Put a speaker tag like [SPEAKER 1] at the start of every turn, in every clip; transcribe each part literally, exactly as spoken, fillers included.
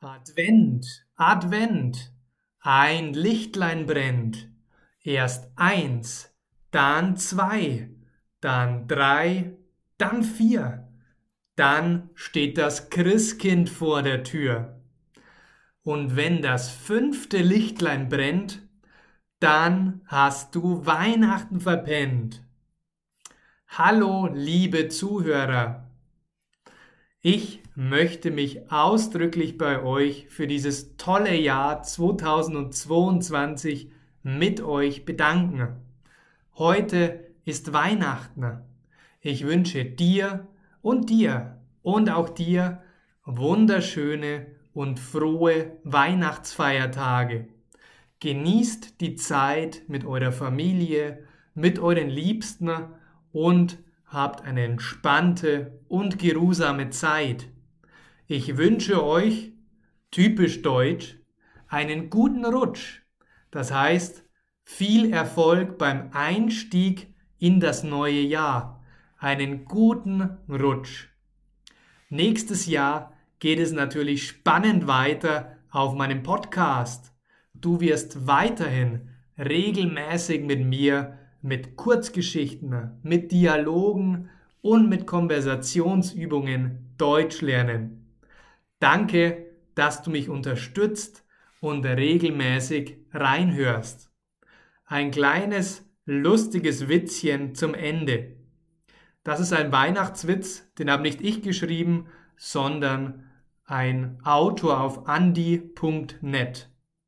[SPEAKER 1] Advent, Advent, ein Lichtlein brennt. Erst eins, dann zwei, dann drei, dann vier. Dann steht das Christkind vor der Tür. Und wenn das fünfte Lichtlein brennt, dann hast du Weihnachten verpennt. Hallo, liebe Zuhörer. Ich möchte mich ausdrücklich bei euch für dieses tolle Jahr zweitausendzweiundzwanzig mit euch bedanken. Heute ist Weihnachten. Ich wünsche dir und dir und auch dir wunderschöne und frohe Weihnachtsfeiertage. Genießt die Zeit mit eurer Familie, mit euren Liebsten und habt eine entspannte und geruhsame Zeit. Ich wünsche euch, typisch deutsch, einen guten Rutsch. Das heißt, viel Erfolg beim Einstieg in das neue Jahr. Einen guten Rutsch. Nächstes Jahr geht es natürlich spannend weiter auf meinem Podcast. Du wirst weiterhin regelmäßig mit mir mit Kurzgeschichten, mit Dialogen und mit Konversationsübungen Deutsch lernen. Danke, dass du mich unterstützt und regelmäßig reinhörst. Ein kleines, lustiges Witzchen zum Ende. Das ist ein Weihnachtswitz, den habe nicht ich geschrieben, sondern ein Autor auf andi punkt net.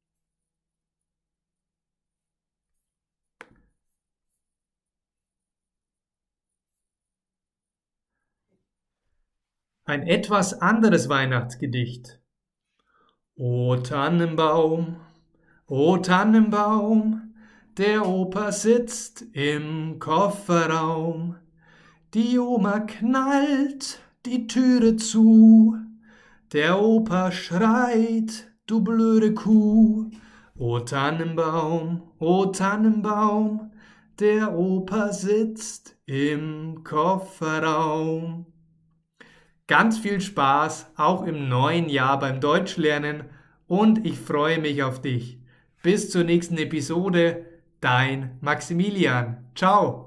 [SPEAKER 1] Ein etwas anderes Weihnachtsgedicht. O Tannenbaum, o Tannenbaum, der Opa sitzt im Kofferraum. Die Oma knallt die Türe zu. Der Opa schreit, du blöde Kuh. O Tannenbaum, o Tannenbaum, der Opa sitzt im Kofferraum. Ganz viel Spaß, auch im neuen Jahr beim Deutschlernen und ich freue mich auf dich. Bis zur nächsten Episode, dein Maximilian. Ciao!